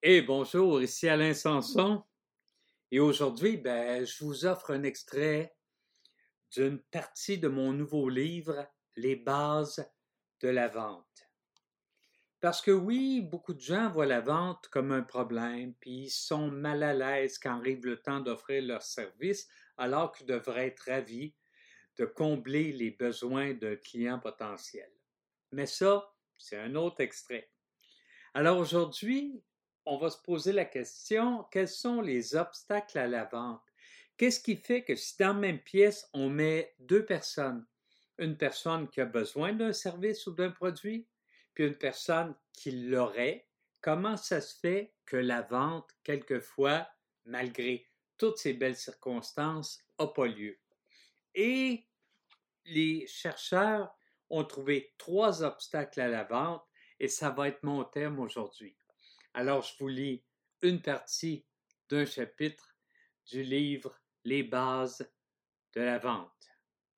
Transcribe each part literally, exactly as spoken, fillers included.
Et bonjour, ici Alain Sanson. Et aujourd'hui, ben, je vous offre un extrait d'une partie de mon nouveau livre, Les bases de la vente. Parce que oui, beaucoup de gens voient la vente comme un problème, puis ils sont mal à l'aise quand arrive le temps d'offrir leur service, alors qu'ils devraient être ravis de combler les besoins d'un client potentiel. Mais ça, c'est un autre extrait. Alors aujourd'hui, on va se poser la question, quels sont les obstacles à la vente? Qu'est-ce qui fait que si dans la même pièce, on met deux personnes, une personne qui a besoin d'un service ou d'un produit, puis une personne qui l'aurait, comment ça se fait que la vente, quelquefois, malgré toutes ces belles circonstances, n'a pas lieu? Et les chercheurs ont trouvé trois obstacles à la vente et ça va être mon thème aujourd'hui. Alors, je vous lis une partie d'un chapitre du livre Les bases de la vente.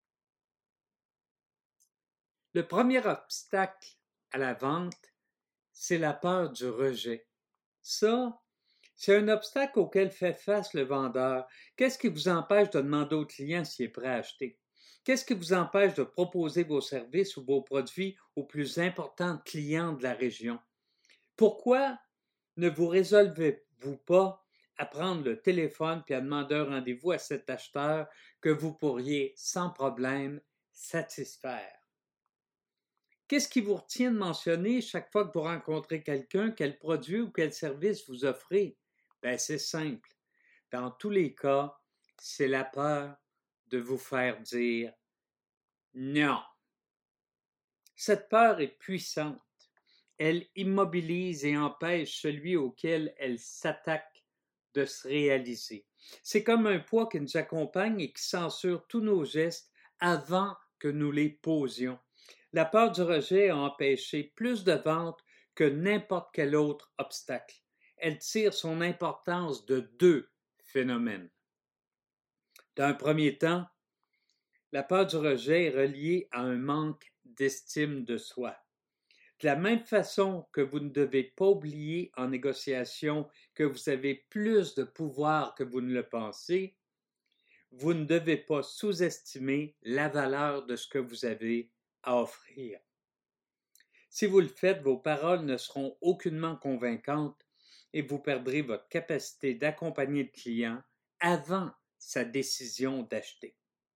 Le premier obstacle à la vente, c'est la peur du rejet. Ça, c'est un obstacle auquel fait face le vendeur. Qu'est-ce qui vous empêche de demander au client s'il est prêt à acheter? Qu'est-ce qui vous empêche de proposer vos services ou vos produits aux plus importants clients de la région? Pourquoi ne vous résolvez-vous pas à prendre le téléphone puis à demander un rendez-vous à cet acheteur que vous pourriez sans problème satisfaire? Qu'est-ce qui vous retient de mentionner chaque fois que vous rencontrez quelqu'un, quel produit ou quel service vous offrez? Ben, c'est simple. Dans tous les cas, c'est la peur de vous faire dire non. Cette peur est puissante. Elle immobilise et empêche celui auquel elle s'attaque de se réaliser. C'est comme un poids qui nous accompagne et qui censure tous nos gestes avant que nous les posions. La peur du rejet a empêché plus de ventes que n'importe quel autre obstacle. Elle tire son importance de deux phénomènes. Dans un premier temps, la peur du rejet est reliée à un manque d'estime de soi. De la même façon que vous ne devez pas oublier en négociation que vous avez plus de pouvoir que vous ne le pensez, vous ne devez pas sous-estimer la valeur de ce que vous avez à offrir. Si vous le faites, vos paroles ne seront aucunement convaincantes et vous perdrez votre capacité d'accompagner le client avant sa décision d'acheter.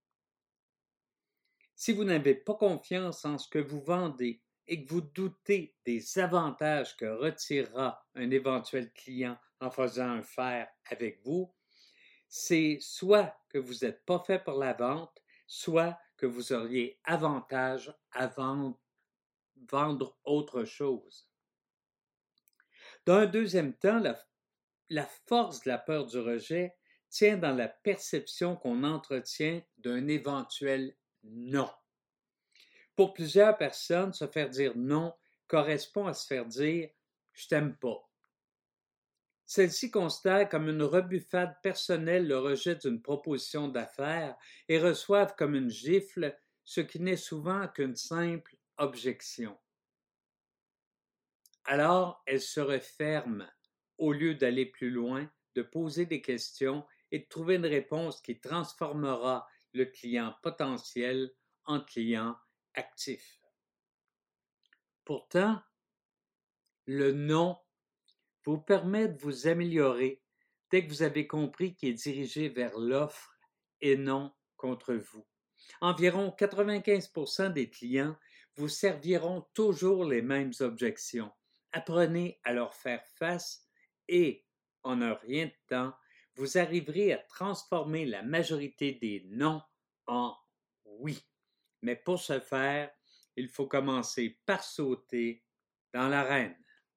Si vous n'avez pas confiance en ce que vous vendez et que vous doutez des avantages que retirera un éventuel client en faisant un faire avec vous, c'est soit que vous n'êtes pas fait pour la vente, soit que vous auriez avantage à vendre, vendre autre chose. Dans un deuxième temps, la, la force de la peur du rejet tient dans la perception qu'on entretient d'un éventuel non. Pour plusieurs personnes, se faire dire non correspond à se faire dire « je t'aime pas ». Celles-ci considèrent comme une rebuffade personnelle le rejet d'une proposition d'affaires et reçoivent comme une gifle ce qui n'est souvent qu'une simple objection. Alors, elles se referment au lieu d'aller plus loin, de poser des questions et de trouver une réponse qui transformera le client potentiel en client actif. Pourtant, le non vous permet de vous améliorer dès que vous avez compris qu'il est dirigé vers l'offre et non contre vous. Environ quatre-vingt-quinze pour cent des clients vous serviront toujours les mêmes objections. Apprenez à leur faire face et, en un rien de temps, vous arriverez à transformer la majorité des non en oui. Mais pour ce faire, il faut commencer par sauter dans l'arène.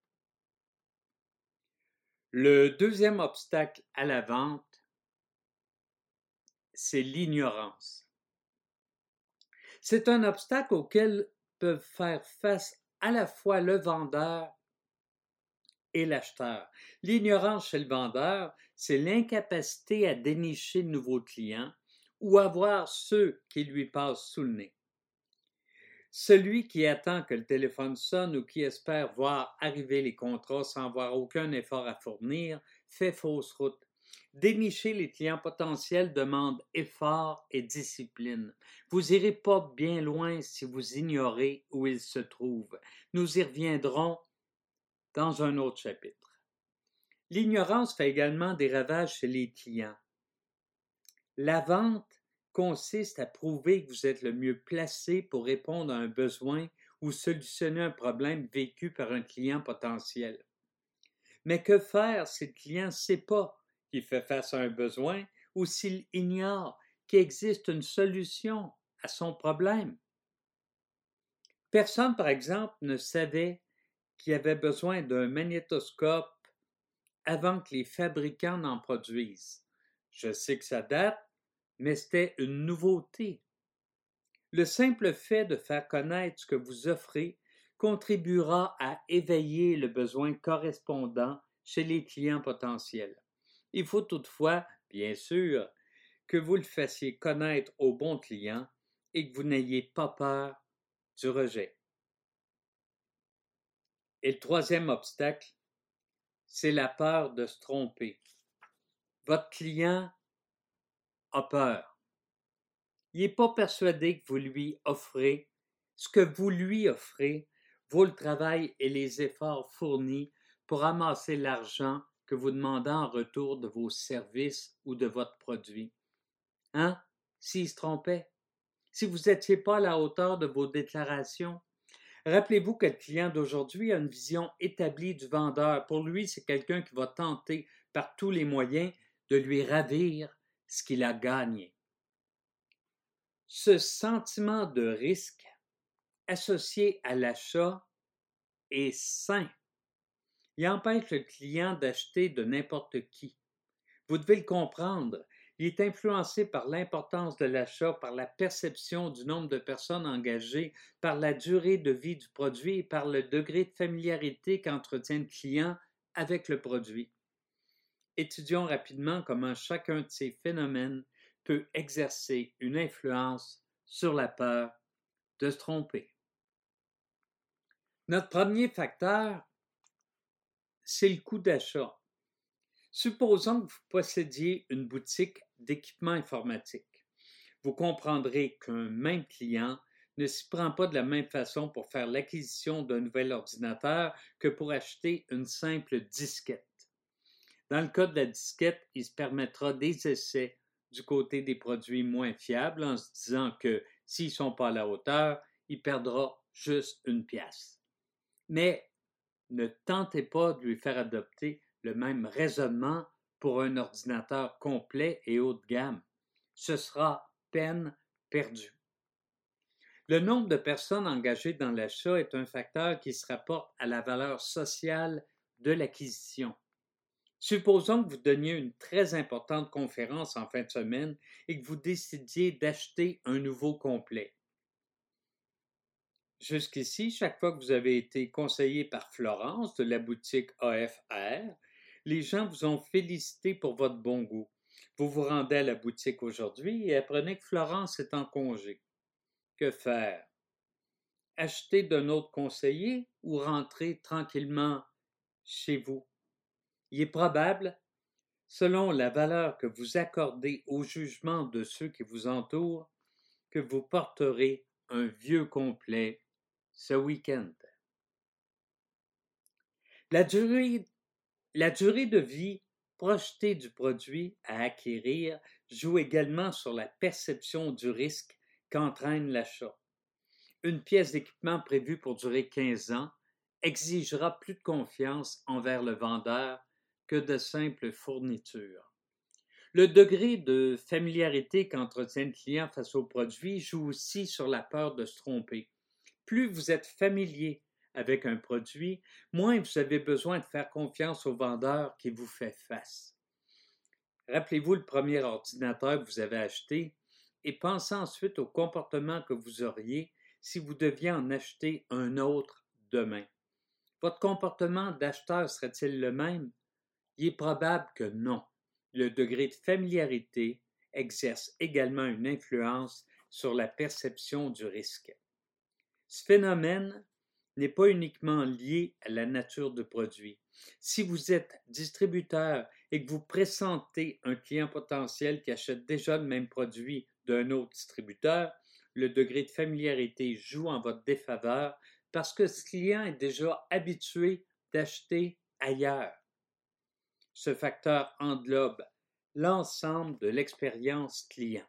Le deuxième obstacle à la vente, c'est l'ignorance. C'est un obstacle auquel peuvent faire face à la fois le vendeur et l'acheteur. L'ignorance chez le vendeur, c'est l'incapacité à dénicher de nouveaux clients ou à voir ceux qui lui passent sous le nez. Celui qui attend que le téléphone sonne ou qui espère voir arriver les contrats sans avoir aucun effort à fournir fait fausse route. Dénicher les clients potentiels demande effort et discipline. Vous irez pas bien loin si vous ignorez où ils se trouvent. Nous y reviendrons dans un autre chapitre. L'ignorance fait également des ravages chez les clients. La vente consiste à prouver que vous êtes le mieux placé pour répondre à un besoin ou solutionner un problème vécu par un client potentiel. Mais que faire si le client ne sait pas qu'il fait face à un besoin ou s'il ignore qu'il existe une solution à son problème? Personne, par exemple, ne savait qu'il avait besoin d'un magnétoscope avant que les fabricants n'en produisent. Je sais que ça date, mais c'était une nouveauté. Le simple fait de faire connaître ce que vous offrez contribuera à éveiller le besoin correspondant chez les clients potentiels. Il faut toutefois, bien sûr, que vous le fassiez connaître aux bons clients et que vous n'ayez pas peur du rejet. Et le troisième obstacle, c'est la peur de se tromper. Votre client a peur. Il n'est pas persuadé que vous lui offrez ce que vous lui offrez vaut le travail et les efforts fournis pour amasser l'argent que vous demandez en retour de vos services ou de votre produit. Hein? S'il se trompait? Si vous n'étiez pas à la hauteur de vos déclarations? Rappelez-vous que le client d'aujourd'hui a une vision établie du vendeur. Pour lui, c'est quelqu'un qui va tenter par tous les moyens de lui ravir ce qu'il a gagné. Ce sentiment de risque associé à l'achat est sain. Il empêche le client d'acheter de n'importe qui. Vous devez le comprendre. Il est influencé par l'importance de l'achat, par la perception du nombre de personnes engagées, par la durée de vie du produit et par le degré de familiarité qu'entretient le client avec le produit. Étudions rapidement comment chacun de ces phénomènes peut exercer une influence sur la peur de se tromper. Notre premier facteur, c'est le coût d'achat. Supposons que vous possédiez une boutique d'équipements informatiques. Vous comprendrez qu'un même client ne s'y prend pas de la même façon pour faire l'acquisition d'un nouvel ordinateur que pour acheter une simple disquette. Dans le cas de la disquette, il se permettra des essais du côté des produits moins fiables en se disant que s'ils ne sont pas à la hauteur, il perdra juste une pièce. Mais ne tentez pas de lui faire adopter le même raisonnement pour un ordinateur complet et haut de gamme. Ce sera peine perdue. Le nombre de personnes engagées dans l'achat est un facteur qui se rapporte à la valeur sociale de l'acquisition. Supposons que vous donniez une très importante conférence en fin de semaine et que vous décidiez d'acheter un nouveau complet. Jusqu'ici, chaque fois que vous avez été conseillé par Florence de la boutique A F R, les gens vous ont félicité pour votre bon goût. Vous vous rendez à la boutique aujourd'hui et apprenez que Florence est en congé. Que faire? Acheter d'un autre conseiller ou rentrer tranquillement chez vous? Il est probable, selon la valeur que vous accordez au jugement de ceux qui vous entourent, que vous porterez un vieux complet ce week-end. La durée, la durée de vie projetée du produit à acquérir joue également sur la perception du risque qu'entraîne l'achat. Une pièce d'équipement prévue pour durer quinze ans exigera plus de confiance envers le vendeur que de simples fournitures. Le degré de familiarité qu'entretient le client face au produit joue aussi sur la peur de se tromper. Plus vous êtes familier avec un produit, moins vous avez besoin de faire confiance au vendeur qui vous fait face. Rappelez-vous le premier ordinateur que vous avez acheté et pensez ensuite au comportement que vous auriez si vous deviez en acheter un autre demain. Votre comportement d'acheteur serait-il le même? Il est probable que non. Le degré de familiarité exerce également une influence sur la perception du risque. Ce phénomène n'est pas uniquement lié à la nature du produit. Si vous êtes distributeur et que vous pressentez un client potentiel qui achète déjà le même produit d'un autre distributeur, le degré de familiarité joue en votre défaveur parce que ce client est déjà habitué d'acheter ailleurs. Ce facteur englobe l'ensemble de l'expérience client.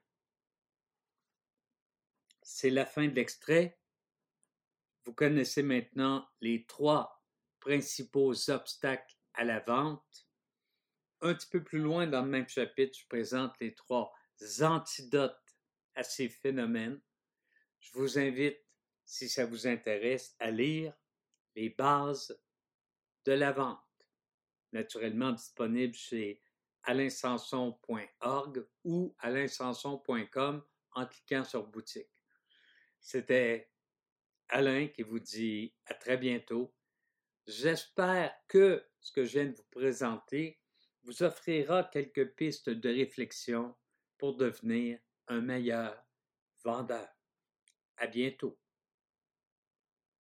C'est la fin de l'extrait. Vous connaissez maintenant les trois principaux obstacles à la vente. Un petit peu plus loin dans le même chapitre, je présente les trois antidotes à ces phénomènes. Je vous invite, si ça vous intéresse, à lire les bases de la vente, naturellement disponible chez alain sanson point org ou alain sanson point com en cliquant sur boutique. C'était Alain qui vous dit à très bientôt. J'espère que ce que je viens de vous présenter vous offrira quelques pistes de réflexion pour devenir un meilleur vendeur. À bientôt.